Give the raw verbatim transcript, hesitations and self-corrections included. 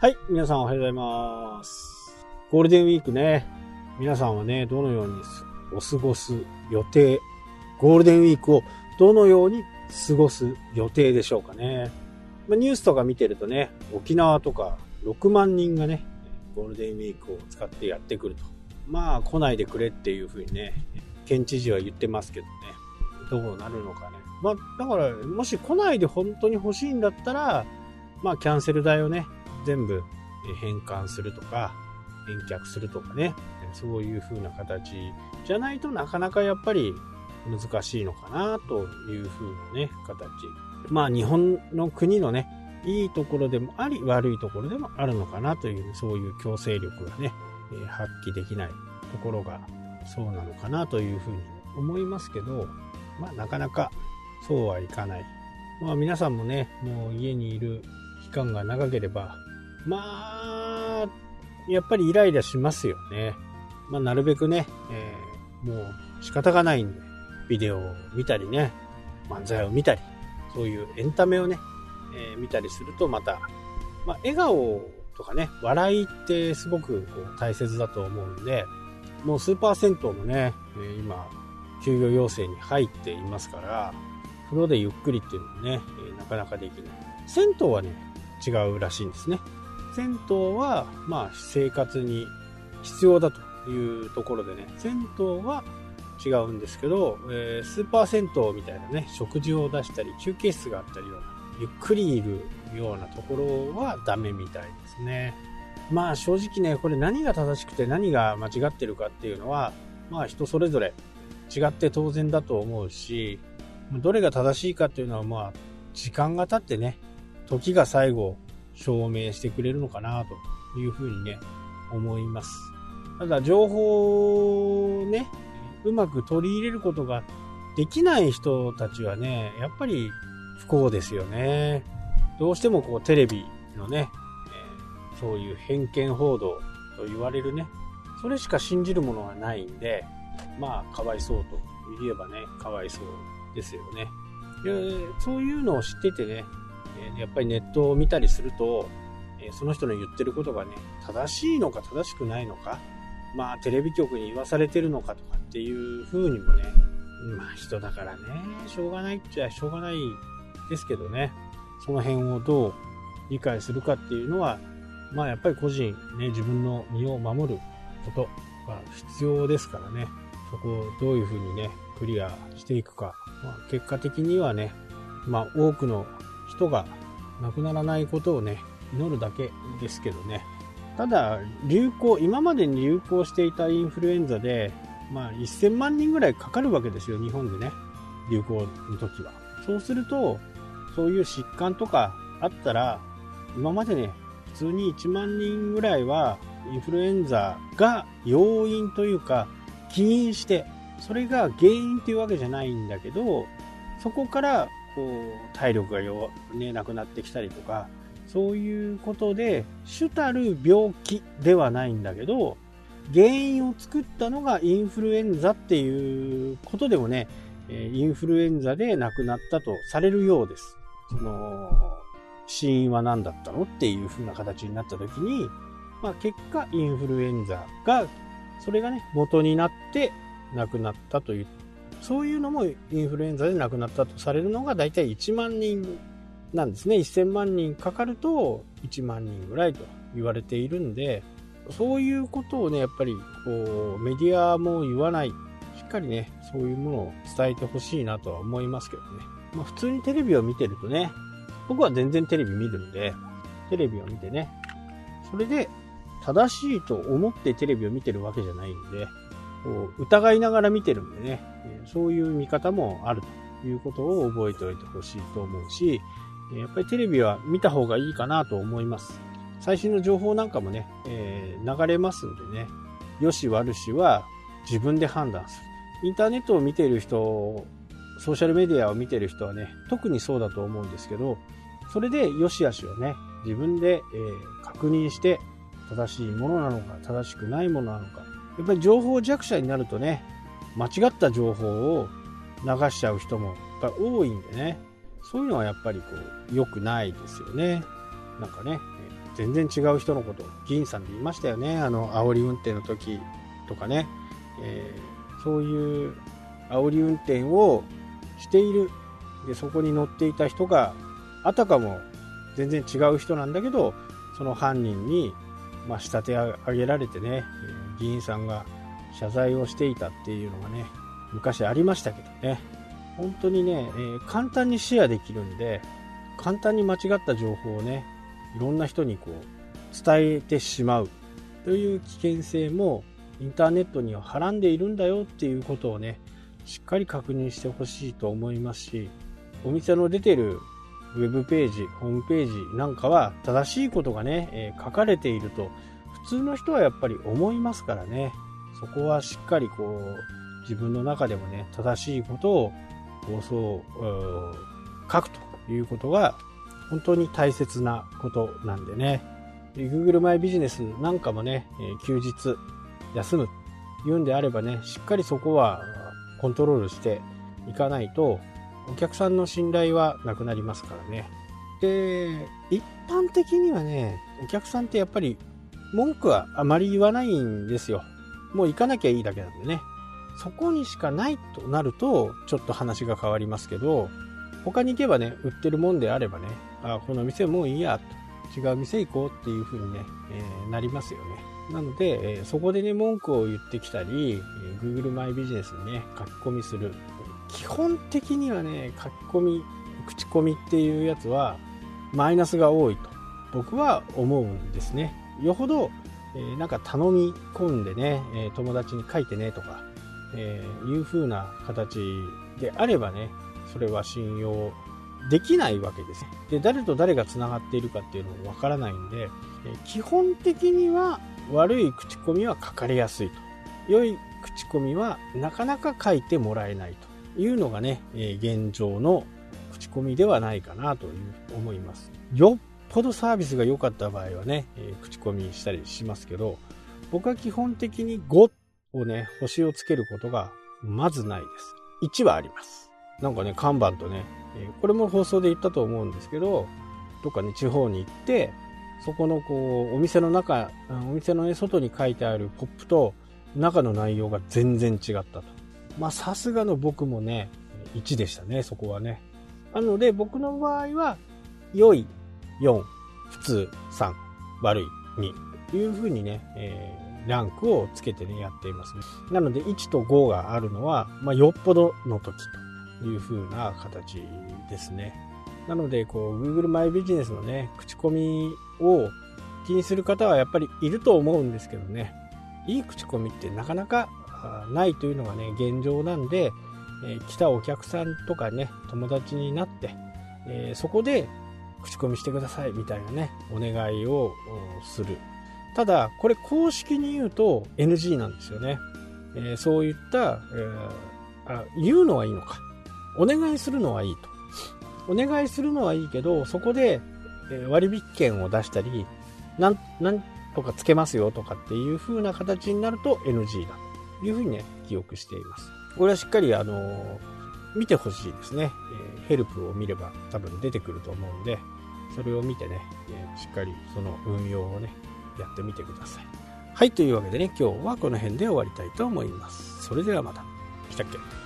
はい、皆さんおはようございます。ゴールデンウィークね、皆さんはね、どのようにお過ごす予定、ゴールデンウィークをどのように過ごす予定でしょうかね。まあ、ニュースとか見てるとね、沖縄とかろくまんにんがね、ゴールデンウィークを使ってやってくると。まあ来ないでくれっていう風にね、県知事は言ってますけどね、どうなるのかね。まあだからもし来ないで本当に欲しいんだったら、まあキャンセル代をね、全部返還するとか返却するとかね、そういう風な形じゃないとなかなかやっぱり難しいのかなという風なね形。まあ日本の国のねいいところでもあり悪いところでもあるのかなという、そういう強制力がね発揮できないところがそうなのかなという風に思いますけど、まあなかなかそうはいかない。まあ皆さんもねもう家にいる期間が長ければまあやっぱりイライラしますよね。まあなるべくね、えー、もう仕方がないんでビデオを見たりね、漫才を見たり、そういうエンタメをね、えー、見たりするとまた、まあ、笑顔とかね笑いってすごくこう大切だと思うんで、もうスーパー銭湯もね、えー、今休業要請に入っていますから、風呂でゆっくりっていうのもね、えー、なかなかできない。銭湯はね違うらしいんですね。銭湯はまあ生活に必要だというところでね、銭湯は違うんですけど、えー、スーパー銭湯みたいなね食事を出したり休憩室があったりようなゆっくりいるようなところはダメみたいですね。まあ正直ねこれ何が正しくて何が間違ってるかっていうのはまあ人それぞれ違って当然だと思うし、どれが正しいかっていうのはまあ時間が経ってね時が最後証明してくれるのかなというふうにね思います。ただ情報をねうまく取り入れることができない人たちはねやっぱり不幸ですよね。どうしてもこうテレビのね、えー、そういう偏見報道と言われるねそれしか信じるものはないんで、まあかわいそうと言えばねかわいそうですよね。でそういうのを知っててねやっぱりネットを見たりするとその人の言ってることがね正しいのか正しくないのか、まあテレビ局に言わされてるのかとかっていう風にもね、まあ人だからねしょうがないっちゃしょうがないですけどね、その辺をどう理解するかっていうのはまあやっぱり個人ね自分の身を守ることが必要ですからね、そこをどういう風にねクリアしていくか、まあ、結果的にはねまあ多くの人が亡くならないことをね祈るだけですけどね。ただ流行今までに流行していたインフルエンザでまあせんまんにんぐらいかかるわけですよ日本でね流行の時は。そうするとそういう疾患とかあったら今までね普通にいちまんにんぐらいはインフルエンザが要因というか起因してそれが原因っていうわけじゃないんだけど、そこからこう体力が弱、ね、なくなってきたりとかそういうことで主たる病気ではないんだけど原因を作ったのがインフルエンザっていうことでもねインフルエンザで亡くなったとされるようです。その死因は何だったのっていう風な形になった時に、まあ、結果インフルエンザがそれがね元になって亡くなったという、そういうのもインフルエンザで亡くなったとされるのがだいたいいちまんにんなんですね。せんまんにんかかるといちまんにんぐらいと言われているんで、そういうことをねやっぱりこうメディアも言わない、しっかりねそういうものを伝えてほしいなとは思いますけどね。まあ、普通にテレビを見てるとね、僕は全然テレビ見るんでテレビを見てねそれで正しいと思ってテレビを見てるわけじゃないんで、こう疑いながら見てるんでね、そういう見方もあるということを覚えておいてほしいと思うし、やっぱりテレビは見た方がいいかなと思います。最新の情報なんかもね、えー、流れますんでね、良し悪しは自分で判断する。インターネットを見ている人、ソーシャルメディアを見ている人はね特にそうだと思うんですけど、それで良し悪しをね自分で、えー、確認して正しいものなのか正しくないものなのか、やっぱり情報弱者になるとね間違った情報を流しちゃう人もやっぱり多いんでね、そういうのはやっぱりこう良くないですよね。なんかね全然違う人のことを議員さんで言いましたよね。あの煽り運転の時とかね、えー、そういう煽り運転をしている、でそこに乗っていた人があたかも全然違う人なんだけど、その犯人に、まあ、仕立て上げられてね、議員さんが謝罪をしていたっていうのがね、昔ありましたけどね、本当にね、えー、簡単にシェアできるんで、簡単に間違った情報をね、いろんな人にこう伝えてしまうという危険性もインターネットにははらんでいるんだよっていうことをね、しっかり確認してほしいと思いますし、お店の出てるウェブページ、ホームページなんかは正しいことがね、えー、書かれていると普通の人はやっぱり思いますからね、そこはしっかりこう自分の中でもね、正しいことを放送書くということが本当に大切なことなんでね、 Google マイビジネスなんかもね、えー、休日休む言うんであればね、しっかりそこはコントロールしていかないとお客さんの信頼はなくなりますからね。で、一般的にはね、お客さんってやっぱり文句はあまり言わないんですよ。もう行かなきゃいいだけなんでね。そこにしかないとなるとちょっと話が変わりますけど、他に行けばね、売ってるもんであればね、あ、この店もういいやと、違う店行こうっていう風にね、えー、なりますよね。なので、えー、そこでね、文句を言ってきたり、えー、Google マイビジネスにね、書き込みする。基本的にはね、書き込み、口コミっていうやつはマイナスが多いと僕は思うんですね。よほど、えー、なんか頼み込んでね、えー、友達に書いてねとか、えー、いう風な形であればね、それは信用できないわけです。で、誰と誰がつながっているかっていうのもわからないんで、えー、基本的には悪い口コミは書かれやすいと。良い口コミはなかなか書いてもらえないというのがね、えー、現状の口コミではないかなという思います。よっぽどサービスが良かった場合はね、えー、口コミしたりしますけど、僕は基本的にごをね、星をつけることがまずないです。いちはあります。なんかね、看板とね、えー、これも放送で言ったと思うんですけど、どっかね、地方に行って、そこのこう、お店の中、お店の、ね、外に書いてあるポップと中の内容が全然違ったと。まあ、さすがの僕もね、いちでしたね、そこはね。なので、僕の場合は、良い、よん、普通、さん、悪い、に、というふうにね、えー、ランクをつけてね、やっていますね。なので、いちとごがあるのは、まあ、よっぽどの時というふうな形ですね。なので、こう、Google マイビジネスのね、口コミを気にする方はやっぱりいると思うんですけどね、いい口コミってなかなかないというのがね、現状なんで、えー、来たお客さんとかね、友達になって、えー、そこで口コミしてくださいみたいなね、お願いをする。ただ、これ公式に言うと エヌジー なんですよね。えー、そういった、えー、あ、言うのはいいのか。お願いするのはいいと。お願いするのはいいけど、そこで、えー、割引券を出したり、なん、なんとかつけますよとかっていう風な形になると エヌジー だという風にね、記憶しています。これはしっかりあのー、見てほしいですね、えー。ヘルプを見れば多分出てくると思うんで、それを見てね、えー、しっかりその運用をね、やってみてください。はい、というわけでね、今日はこの辺で終わりたいと思います。それではまた。したっけ？